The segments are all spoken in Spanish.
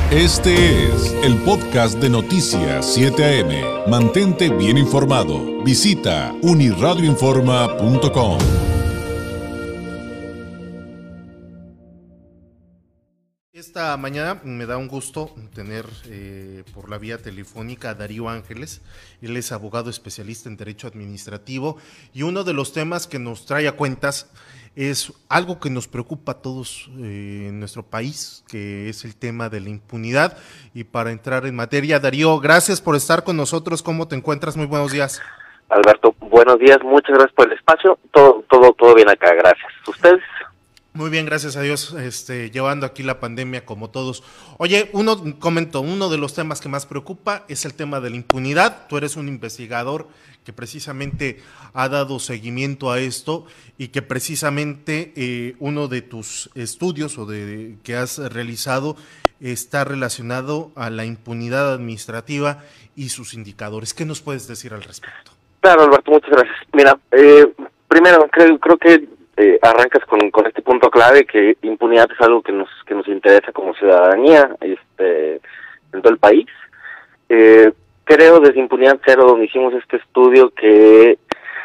Este es el podcast de Noticias 7 AM. Mantente bien informado. Visita uniradioinforma.com. Esta mañana me da un gusto tener por la vía telefónica a Darío Ángeles. Él es abogado especialista en Derecho Administrativo y uno de los temas que nos trae a cuentas es algo que nos preocupa a todos en nuestro país, que es el tema de la impunidad. Y para entrar en materia, Darío, gracias por estar con nosotros. ¿Cómo te encuentras? Muy buenos días. Alberto, buenos días, muchas gracias por el espacio. Todo bien acá, gracias. ¿Ustedes? Muy bien, gracias a Dios, llevando aquí la pandemia como todos. Oye, uno de los temas que más preocupa es el tema de la impunidad. Tú eres un investigador que precisamente ha dado seguimiento a esto y que precisamente uno de tus estudios que has realizado está relacionado a la impunidad administrativa y sus indicadores. ¿Qué nos puedes decir al respecto? Claro, Alberto, muchas gracias. Mira, primero creo que arrancas con este punto clave, que impunidad es algo que nos interesa como ciudadanía en todo el país. Creo desde Impunidad Cero, donde hicimos este estudio, que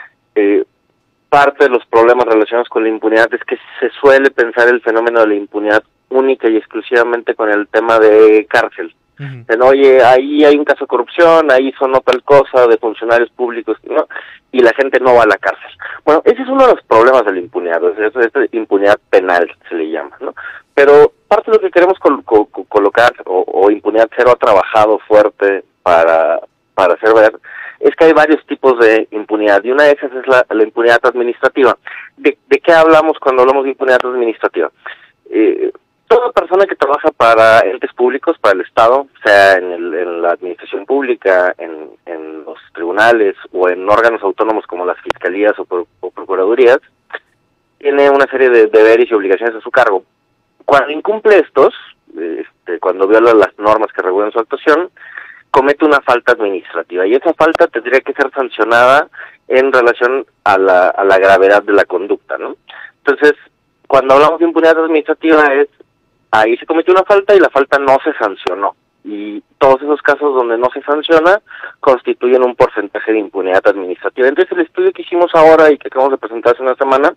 parte de los problemas relacionados con la impunidad es que se suele pensar el fenómeno de la impunidad única y exclusivamente con el tema de cárcel. Oye, ahí hay un caso de corrupción, ahí sonó tal cosa de funcionarios públicos, ¿no? Y la gente no va a la cárcel. Bueno, ese es uno de los problemas de la impunidad, es impunidad penal se le llama, ¿no? Pero parte de lo que queremos colocar, o Impunidad Cero ha trabajado fuerte para hacer ver, es que hay varios tipos de impunidad, y una de esas es la impunidad administrativa. ¿De qué hablamos cuando hablamos de impunidad administrativa? Toda persona que trabaja para entes públicos, para el Estado, sea en la administración pública, en los tribunales o en órganos autónomos como las fiscalías o procuradurías, tiene una serie de deberes y obligaciones a su cargo. Cuando incumple estos, cuando viola las normas que regulan su actuación, comete una falta administrativa, y esa falta tendría que ser sancionada en relación a la gravedad de la conducta, ¿no? Entonces, cuando hablamos de impunidad administrativa ahí se cometió una falta y la falta no se sancionó. Y todos esos casos donde no se sanciona constituyen un porcentaje de impunidad administrativa. Entonces el estudio que hicimos ahora y que acabamos de presentar hace una semana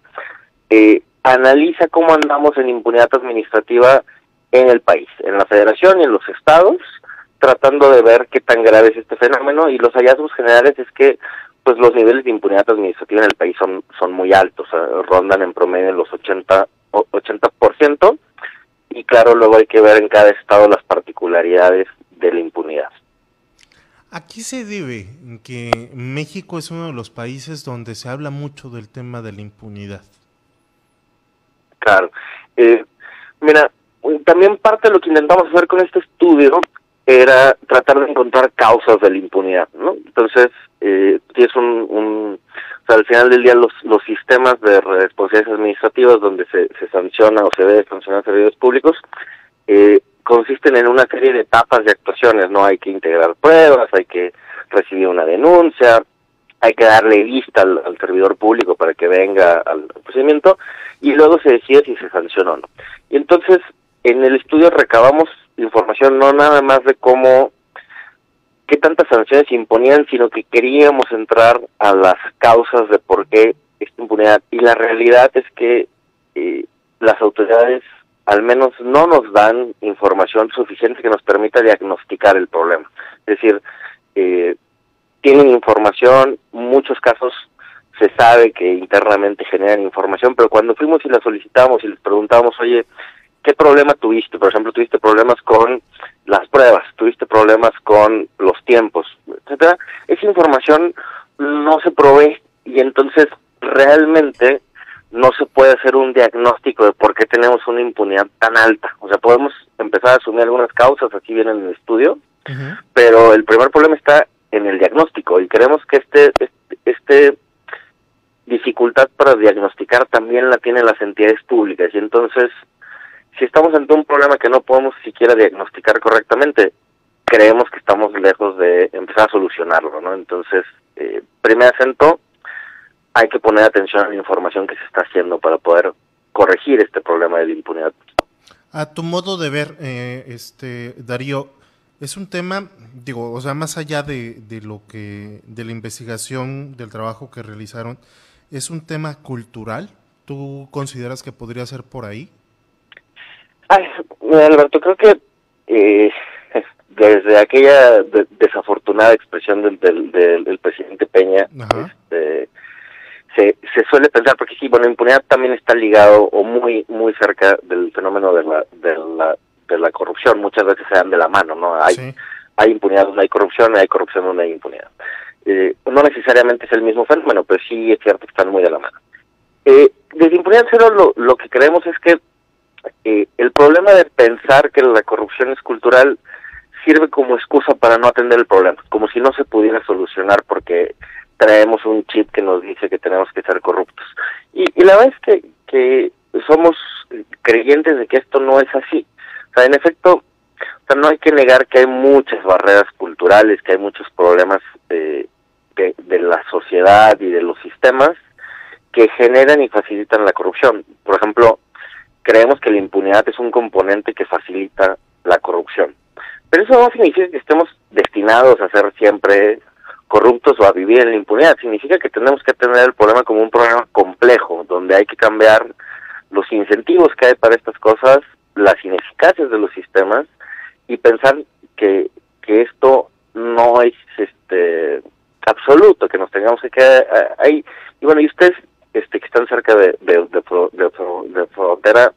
analiza cómo andamos en impunidad administrativa en el país, en la federación y en los estados, tratando de ver qué tan grave es este fenómeno, y los hallazgos generales es que pues los niveles de impunidad administrativa en el país son muy altos, rondan en promedio en los 80%. Y claro, luego hay que ver en cada estado las particularidades de la impunidad. ¿A qué se debe que México es uno de los países donde se habla mucho del tema de la impunidad? Claro. Mira, también parte de lo que intentamos hacer con este estudio era tratar de encontrar causas de la impunidad, ¿no? Entonces, es al final del día los sistemas de responsabilidades administrativas donde se sanciona o se debe sancionar servidores públicos consisten en una serie de etapas de actuaciones, ¿no? Hay que integrar pruebas, hay que recibir una denuncia, hay que darle vista al servidor público para que venga al procedimiento, y luego se decide si se sanciona o no. Y entonces, en el estudio recabamos información no nada más de qué tantas sanciones se imponían, sino que queríamos entrar a las causas de por qué esta impunidad. Y la realidad es que las autoridades al menos no nos dan información suficiente que nos permita diagnosticar el problema. Es decir, tienen información, muchos casos se sabe que internamente generan información, pero cuando fuimos y la solicitamos y les preguntábamos, oye, ¿qué problema tuviste? Por ejemplo, ¿tuviste problemas con las pruebas? ¿Tuviste problemas con los tiempos? Etcétera. Esa información no se provee, y entonces realmente no se puede hacer un diagnóstico de por qué tenemos una impunidad tan alta. O sea, podemos empezar a asumir algunas causas, aquí viene en el estudio, pero el primer problema está en el diagnóstico, y creemos que este dificultad para diagnosticar también la tienen las entidades públicas, y entonces si estamos ante un problema que no podemos siquiera diagnosticar correctamente, creemos que estamos lejos de empezar a solucionarlo, ¿no? Entonces, primer acento, hay que poner atención a la información que se está haciendo para poder corregir este problema de la impunidad. A tu modo de ver, Darío, es un tema, digo, o sea, más allá de lo que, de la investigación, del trabajo que realizaron, ¿es un tema cultural? ¿Tú consideras que podría ser por ahí? Ay, mira, Alberto, creo que eh, desde aquella desafortunada expresión del presidente Peña, Ajá. se suele pensar, porque sí, bueno, impunidad también está ligado o muy cerca del fenómeno de la corrupción. Muchas veces se dan de la mano, ¿no? Sí. Hay impunidad donde hay corrupción donde hay impunidad. No necesariamente es el mismo fenómeno, pero sí es cierto que están muy de la mano. Desde Impunidad Cero lo que creemos es que el problema de pensar que la corrupción es cultural sirve como excusa para no atender el problema, como si no se pudiera solucionar porque traemos un chip que nos dice que tenemos que ser corruptos. Y la verdad es que somos creyentes de que esto no es así. O sea, en efecto, o sea, no hay que negar que hay muchas barreras culturales, que hay muchos problemas de la sociedad y de los sistemas que generan y facilitan la corrupción. Por ejemplo, creemos que la impunidad es un componente que facilita la corrupción. Pero eso no significa que estemos destinados a ser siempre corruptos o a vivir en la impunidad. Significa que tenemos que tener el problema como un problema complejo, donde hay que cambiar los incentivos que hay para estas cosas, las ineficacias de los sistemas, y pensar que esto no es absoluto, que nos tengamos que quedar ahí. Y bueno, y ustedes que están cerca de frontera,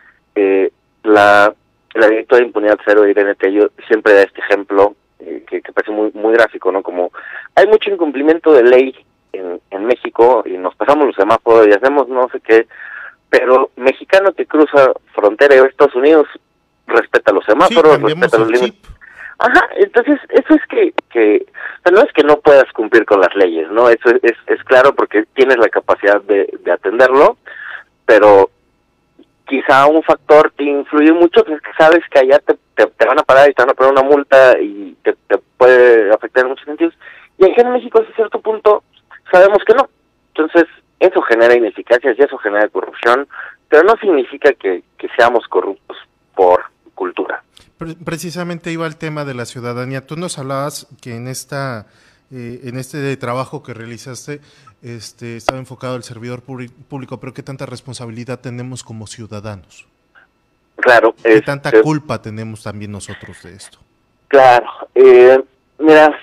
la directora de Impunidad Cero, Irene Tello, siempre da este ejemplo que parece muy gráfico, ¿no? Como hay mucho incumplimiento de ley en México y nos pasamos los semáforos y hacemos no sé qué, pero mexicano que cruza frontera y va a Estados Unidos respeta los Sí, semáforos, cambiamos respeta los el límites. chip. Ajá, entonces eso es que o sea, no es que no puedas cumplir con las leyes, ¿no? Eso es claro porque tienes la capacidad de atenderlo, pero quizá un factor que influye mucho es que sabes que allá te van a parar y te van a poner una multa y te puede afectar en muchos sentidos. Y aquí en México, hasta cierto punto, sabemos que no. Entonces, eso genera ineficacias y eso genera corrupción, pero no significa que seamos corruptos por cultura. Precisamente iba el tema de la ciudadanía. Tú nos hablabas que en este trabajo que realizaste, estaba enfocado al servidor público, pero ¿qué tanta responsabilidad tenemos como ciudadanos? Claro, ¿Qué tanta culpa tenemos también nosotros de esto? claro. Mira,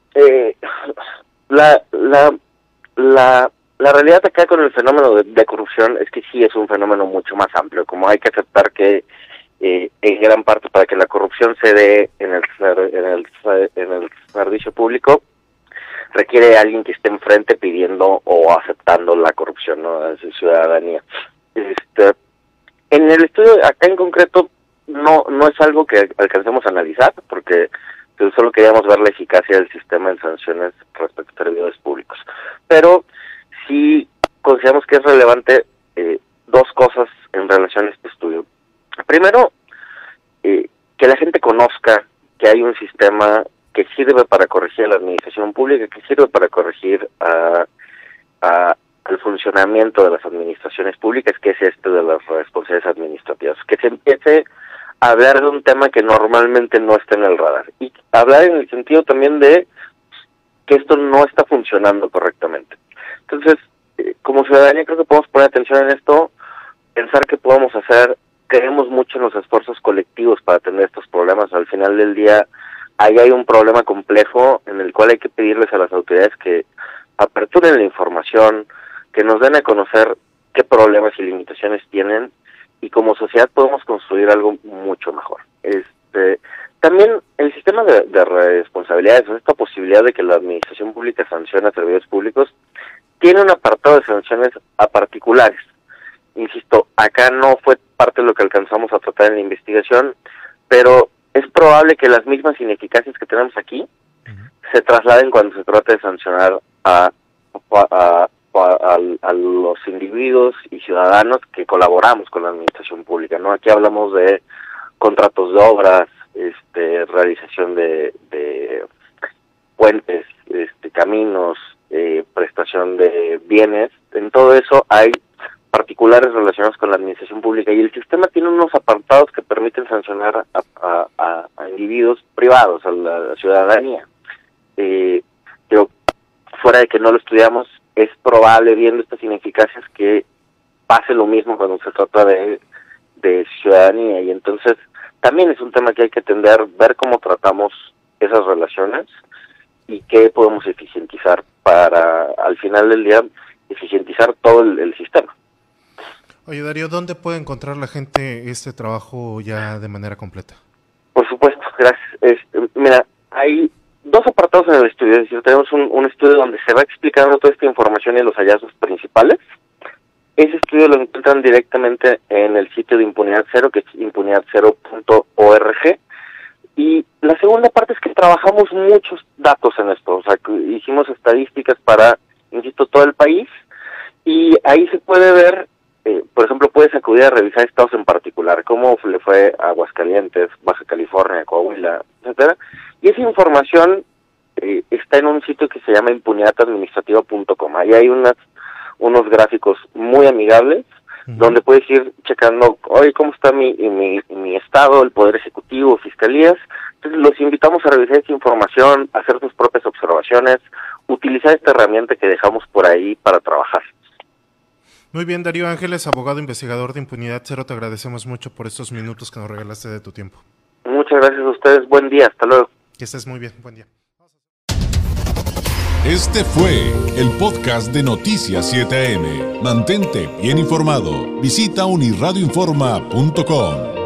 la, la, la realidad acá con el fenómeno de corrupción es que sí es un fenómeno mucho más amplio, como hay que aceptar que en gran parte para que la corrupción se dé en el servicio público requiere de alguien que esté enfrente pidiendo o aceptando la corrupción, ¿no? Es ciudadanía. En el estudio acá en concreto no es algo que alcancemos a analizar porque solo queríamos ver la eficacia del sistema en sanciones respecto a servidores públicos, pero sí consideramos que es relevante dos cosas en relación a este estudio. Primero, que la gente conozca que hay un sistema que sirve para corregir a la administración pública, que sirve para corregir al funcionamiento de las administraciones públicas, que es de las responsabilidades administrativas. Que se empiece a hablar de un tema que normalmente no está en el radar. Y hablar en el sentido también de que esto no está funcionando correctamente. Entonces, como ciudadanía creo que podemos poner atención en esto, pensar que podemos hacer. Creemos mucho en los esfuerzos colectivos para atender estos problemas. Al final del día, ahí hay un problema complejo en el cual hay que pedirles a las autoridades que aperturen la información, que nos den a conocer qué problemas y limitaciones tienen, y como sociedad podemos construir algo mucho mejor. También el sistema de responsabilidades, esta posibilidad de que la administración pública sancione a servidores públicos, tiene un apartado de sanciones a particulares. Insisto, acá no fue parte de lo que alcanzamos a tratar en la investigación, pero es probable que las mismas ineficacias que tenemos aquí se trasladen cuando se trate de sancionar a los individuos y ciudadanos que colaboramos con la administración pública, ¿no? Aquí hablamos de contratos de obras, realización de puentes, caminos, prestación de bienes. En todo eso hay particulares relacionados con la administración pública, y el sistema tiene unos apartados que permiten sancionar a individuos privados, a la ciudadanía. Pero fuera de que no lo estudiamos, es probable, viendo estas ineficacias, que pase lo mismo cuando se trata de ciudadanía, y entonces también es un tema que hay que atender, ver cómo tratamos esas relaciones y qué podemos eficientizar para, al final del día, eficientizar todo el sistema. Oye, Darío, ¿dónde puede encontrar la gente este trabajo ya de manera completa? Por supuesto, gracias. Mira, hay dos apartados en el estudio, es decir, tenemos un estudio donde se va explicando toda esta información y los hallazgos principales. Ese estudio lo encuentran directamente en el sitio de Impunidad Cero, que es impunidadzero.org. Y la segunda parte es que trabajamos muchos datos en esto, o sea, hicimos estadísticas para, insisto, todo el país, y ahí se puede ver, por ejemplo, puedes acudir a revisar estados en particular, cómo le fue a Aguascalientes, Baja California, Coahuila, etcétera, y esa información está en un sitio que se llama impunidadadministrativa.com. Ahí hay unos gráficos muy amigables, donde puedes ir checando, oye, cómo está mi estado, el Poder Ejecutivo, fiscalías. Entonces los invitamos a revisar esta información, a hacer sus propias observaciones, utilizar esta herramienta que dejamos por ahí para trabajar. Muy bien, Darío Ángeles, abogado investigador de Impunidad Cero, te agradecemos mucho por estos minutos que nos regalaste de tu tiempo. Muchas gracias a ustedes, buen día, hasta luego. Que estés muy bien, buen día. Este fue el podcast de Noticias 7am. Mantente bien informado. Visita unirradioinforma.com.